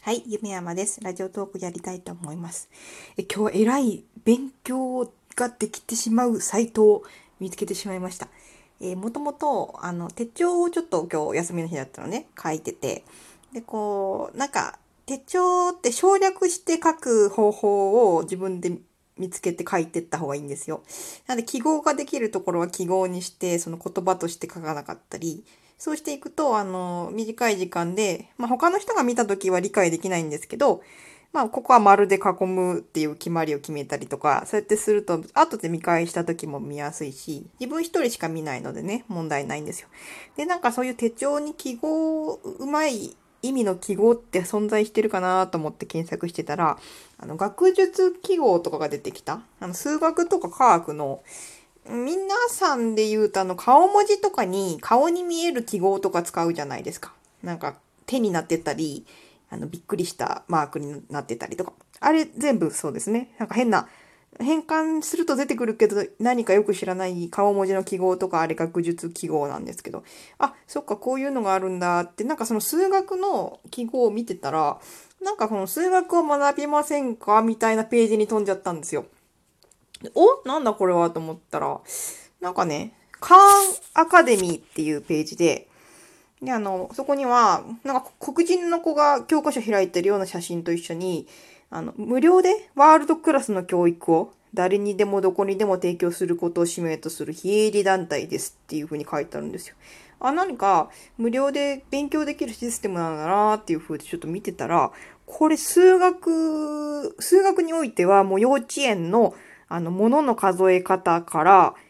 はい、夢山です。ラジオトークやりたいと思います。今日はえらい勉強ができてしまうサイトを見つけてしまいました。もともと、手帳をちょっと今日休みの日だったのね、書いてて。で、手帳って省略して書く方法を自分で見つけて書いてった方がいいんですよ。なので、記号ができるところは記号にして、その言葉として書かなかったり、そうしていくと、短い時間で、他の人が見たときは理解できないんですけど、ここは丸で囲むっていう決まりを決めたりとか、そうやってすると、後で見返したときも見やすいし、自分一人しか見ないのでね、問題ないんですよ。で、そういう手帳に記号、うまい意味の記号って存在してるかなと思って検索してたら、学術記号とかが出てきた。数学とか科学の、皆さんで言うと顔文字とかに顔に見える記号とか使うじゃないですか。手になってたり、びっくりしたマークになってたりとか。あれ全部そうですね。変換すると出てくるけど何かよく知らない顔文字の記号とかあれ学術記号なんですけど。あ、そっかこういうのがあるんだって、その数学の記号を見てたら、この数学を学びませんかみたいなページに飛んじゃったんですよ。なんだこれはと思ったら、カーンアカデミーっていうページで、そこには、黒人の子が教科書開いてるような写真と一緒に、無料でワールドクラスの教育を誰にでもどこにでも提供することを使命とする非営利団体ですっていう風に書いてあるんですよ。何か無料で勉強できるシステムなんだなっていう風でちょっと見てたら、これ数学においてはもう幼稚園のものの数え方から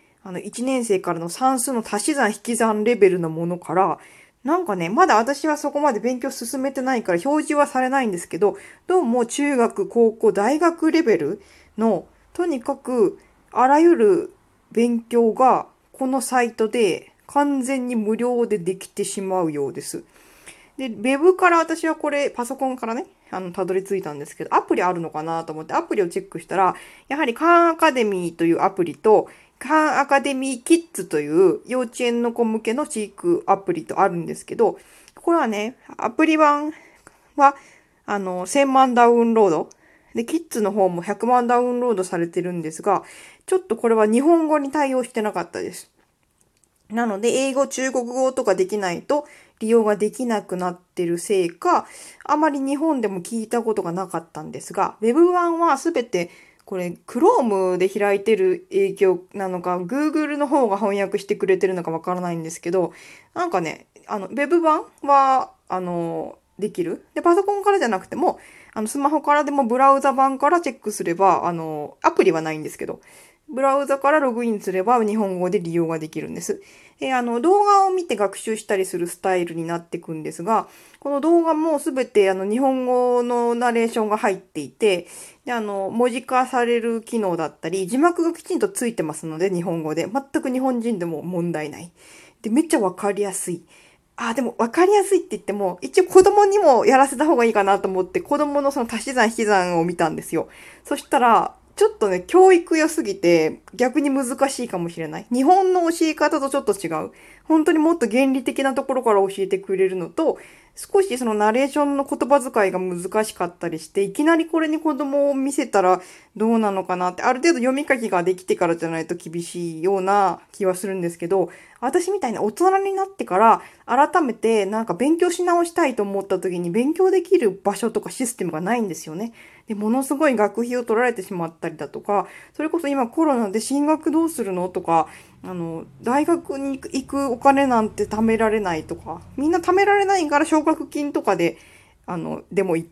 、1年生からの算数の足し算引き算レベルのものから、まだ私はそこまで勉強進めてないから表示はされないんですけど、どうも中学、高校、大学レベルの、とにかくあらゆる勉強がこのサイトで完全に無料でできてしまうようです。で、ウェブから私はこれ、パソコンからね、たどり着いたんですけど、アプリあるのかなと思ってアプリをチェックしたら、やはりカーンアカデミーというアプリと、カーンアカデミーキッズという幼稚園の子向けの飼育アプリとあるんですけど、これはね、アプリ版は、1000万ダウンロード。で、キッズの方も100万ダウンロードされてるんですが、ちょっとこれは日本語に対応してなかったです。なので、英語、中国語とかできないと利用ができなくなってるせいか、あまり日本でも聞いたことがなかったんですが、Web 版はすべてこれ Chrome で開いてる影響なのか、Google の方が翻訳してくれてるのかわからないんですけど、Web 版は、できる。で、パソコンからじゃなくても、スマホからでもブラウザ版からチェックすれば、アプリはないんですけど、ブラウザからログインすれば日本語で利用ができるんです。動画を見て学習したりするスタイルになっていくんですが、この動画もすべて日本語のナレーションが入っていて、で、文字化される機能だったり、字幕がきちんとついてますので、日本語で。全く日本人でも問題ない。で、めっちゃわかりやすい。でも分かりやすいって言っても、一応子供にもやらせた方がいいかなと思って、子供のその足し算引き算を見たんですよ。そしたら、ちょっとね、教育良すぎて逆に難しいかもしれない。日本の教え方とちょっと違う。本当にもっと原理的なところから教えてくれるのと、少しそのナレーションの言葉遣いが難しかったりして、いきなりこれに子供を見せたらどうなのかなって、ある程度読み書きができてからじゃないと厳しいような気はするんですけど、私みたいな大人になってから改めて勉強し直したいと思った時に勉強できる場所とかシステムがないんですよね。で、ものすごい学費を取られてしまったりだとか、それこそ今コロナで進学どうするのとか、大学に行くお金なんて貯められないとか、みんな貯められないから奨学金とかで、でも行って、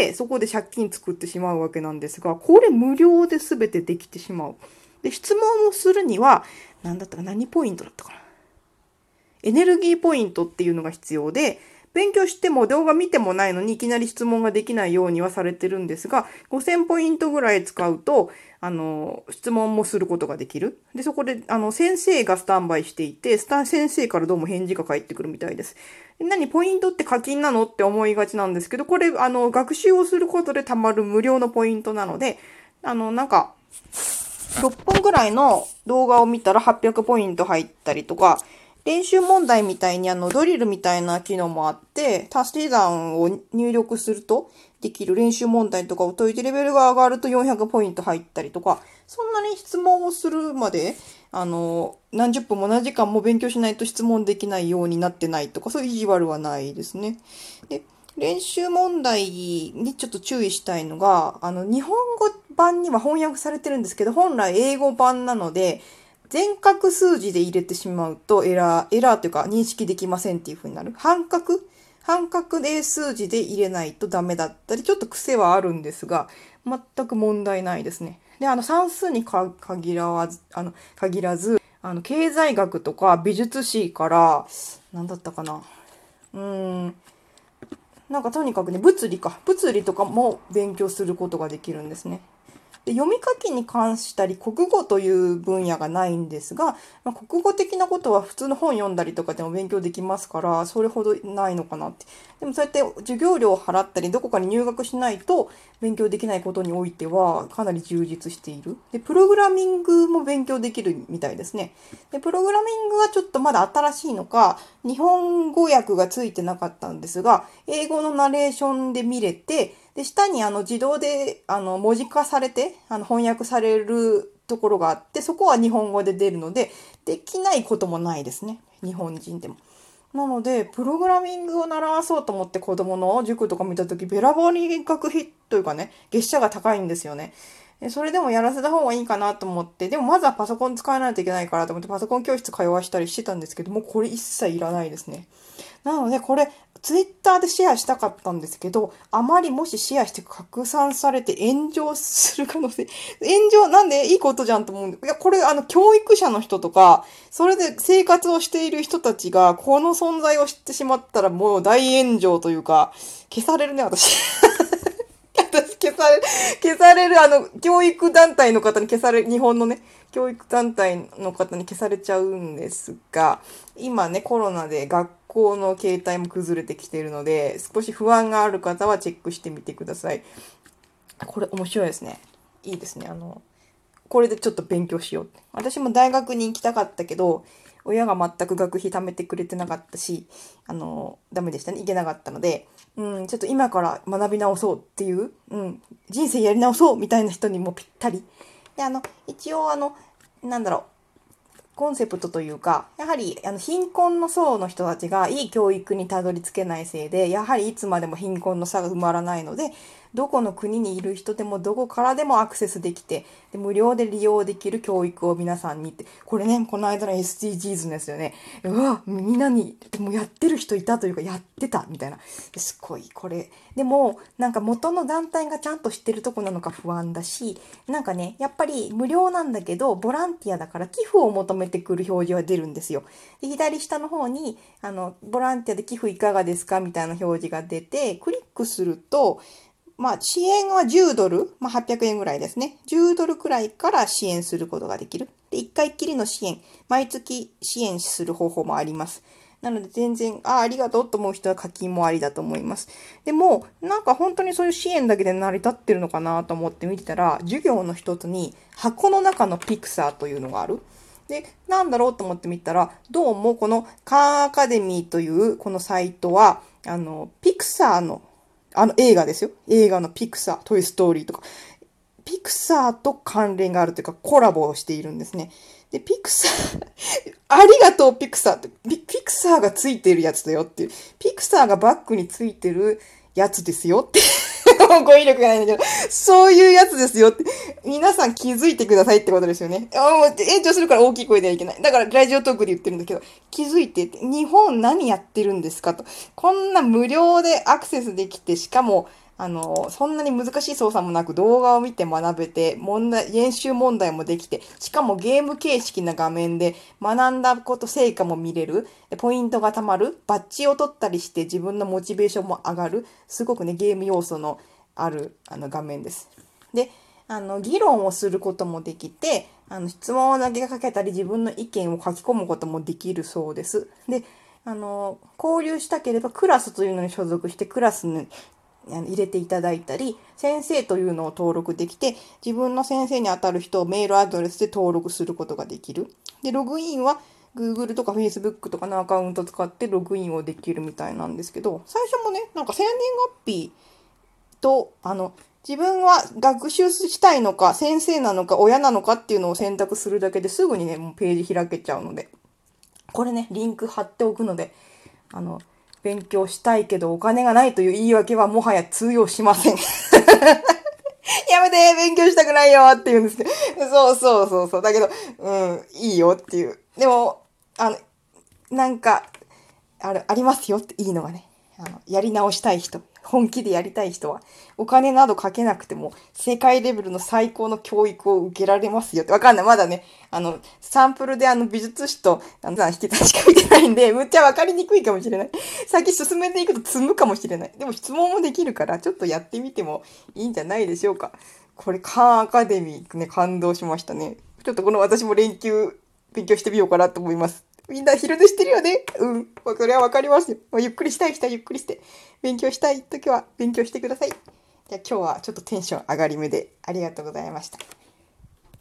そこで借金作ってしまうわけなんですが、これ無料で全てできてしまう。で、質問をするには、何ポイントだったかな。エネルギーポイントっていうのが必要で、勉強しても動画見てもないのにいきなり質問ができないようにはされてるんですが、5000ポイントぐらい使うと、質問もすることができる。で、そこで、先生がスタンバイしていて、先生からどうも返事が返ってくるみたいです。ポイントって課金なのって思いがちなんですけど、これ、学習をすることで貯まる無料のポイントなので、6本ぐらいの動画を見たら800ポイント入ったりとか、 練習問題みたいにドリルみたいな機能もあって、足し算を入力するとできる練習問題とかを解いてレベルが上がると400ポイント入ったりとか、そんなに質問をするまで、何十分も何時間も勉強しないと質問できないようになってないとか、そういう意地悪はないですね。で、練習問題にちょっと注意したいのが、日本語版には翻訳されてるんですけど、本来英語版なので、全角数字で入れてしまうとエラーというか認識できませんっていう風になる。半角で数字で入れないとダメだったり、ちょっと癖はあるんですが、全く問題ないですね。で、算数に限らず、経済学とか美術史から、なんだったかな。なんかとにかくね、物理とかも勉強することができるんですね。で、読み書きに関したり、国語という分野がないんですが、国語的なことは普通の本読んだりとかでも勉強できますから、それほどないのかなって。でもそうやって授業料を払ったり、どこかに入学しないと勉強できないことにおいては、かなり充実している。で、プログラミングも勉強できるみたいですね。で、プログラミングはちょっとまだ新しいのか、日本語訳がついてなかったんですが、英語のナレーションで見れて、で、下に自動で文字化されて翻訳されるところがあって、そこは日本語で出るので、できないこともないですね。日本人でも。なので、プログラミングを習わそうと思って子供の塾とか見たとき、べらぼうに学費というかね、月謝が高いんですよね。それでもやらせた方がいいかなと思って、でもまずはパソコン使えないといけないからと思ってパソコン教室通わしたりしてたんですけども、これ一切いらないですね。なのでこれツイッターでシェアしたかったんですけど、あまりもしシェアして拡散されて炎上する可能性、なんでいいことじゃんと思うんで、いや、これ教育者の人とか、それで生活をしている人たちが、この存在を知ってしまったらもう大炎上というか、消されるね、私。消される、教育団体の方に日本のね、教育団体の方に消されちゃうんですが、今ね、コロナで学校の形態も崩れてきているので、少し不安がある方はチェックしてみてください。これ面白いですね。いいですね。これでちょっと勉強しよう。私も大学に行きたかったけど、親が全く学費貯めてくれてなかったし、ダメでしたね。行けなかったので、ちょっと今から学び直そうっていう、人生やり直そうみたいな人にもぴったり。で、一応なんだろう、コンセプトというか、やはり貧困の層の人たちがいい教育にたどり着けないせいで、やはりいつまでも貧困の差が埋まらないので、どこの国にいる人でもどこからでもアクセスできて、で無料で利用できる教育を皆さんにって、これね、この間の SDGs のやつよね。うわ、みんなに、でもやってる人いたというか、やってた、みたいな。すごい、これ。でも、なんか元の団体がちゃんと知ってるとこなのか不安だし、なんかね、やっぱり無料なんだけど、ボランティアだから寄付を求めてくる表示は出るんですよ。で、左下の方に、ボランティアで寄付いかがですかみたいな表示が出て、クリックすると、支援は10ドル、800円ぐらいですね。10ドルくらいから支援することができる。で、1回きりの支援、毎月支援する方法もあります。なので全然、ありがとうと思う人は課金もありだと思います。でも、なんか本当にそういう支援だけで成り立ってるのかなと思って見てたら、授業の一つに箱の中のピクサーというのがある。で、なんだろうと思ってみたら、どうもこのカンアカデミーというこのサイトは、ピクサーの映画ですよ。映画のピクサー、トイストーリーとか。ピクサーと関連があるというか、コラボをしているんですね。で、ピクサーありがとう、ピクサーって、ピクサーがついてるやつだよっていう。ピクサーがバックについてるやつですよって。語彙力がないんだけど、そういうやつですよって。皆さん気づいてくださいってことですよね。炎上するから大きい声ではいけない。だからラジオトークで言ってるんだけど、気づいてって、日本何やってるんですかと。こんな無料でアクセスできて、しかも、そんなに難しい操作もなく動画を見て学べて、演習問題もできて、しかもゲーム形式な画面で学んだこと成果も見れる、ポイントが貯まる、バッジを取ったりして自分のモチベーションも上がる、すごくね、ゲーム要素のある画面です。で、議論をすることもできて、質問を投げかけたり自分の意見を書き込むこともできるそうです。で、交流したければクラスというのに所属してクラスに入れていただいたり、先生というのを登録できて、自分の先生にあたる人をメールアドレスで登録することができる。で、ログインは Google とか Facebook とかのアカウント使ってログインをできるみたいなんですけど、最初もね、なんか生年月日と、自分は学習したいのか、先生なのか、親なのかっていうのを選択するだけですぐにね、もうページ開けちゃうので、これね、リンク貼っておくので、勉強したいけどお金がないという言い訳はもはや通用しません。やめて勉強したくないよって言うんですけど。そう。だけど、いいよっていう。でも、なんか、ありますよっていいのがね。やり直したい人、本気でやりたい人は、お金などかけなくても、世界レベルの最高の教育を受けられますよって。わかんない。まだね、サンプルで美術史と、引き出しか見てないんで、むっちゃわかりにくいかもしれない。先進めていくと積むかもしれない。でも質問もできるから、ちょっとやってみてもいいんじゃないでしょうか。これ、カンアカデミーね、感動しましたね。ちょっとこの私も勉強してみようかなと思います。みんな昼寝してるよね。それはわかりますよ。ゆっくりしたい人はゆっくりして、勉強したい時は勉強してください。じゃあ今日はちょっとテンション上がり目でありがとうございました。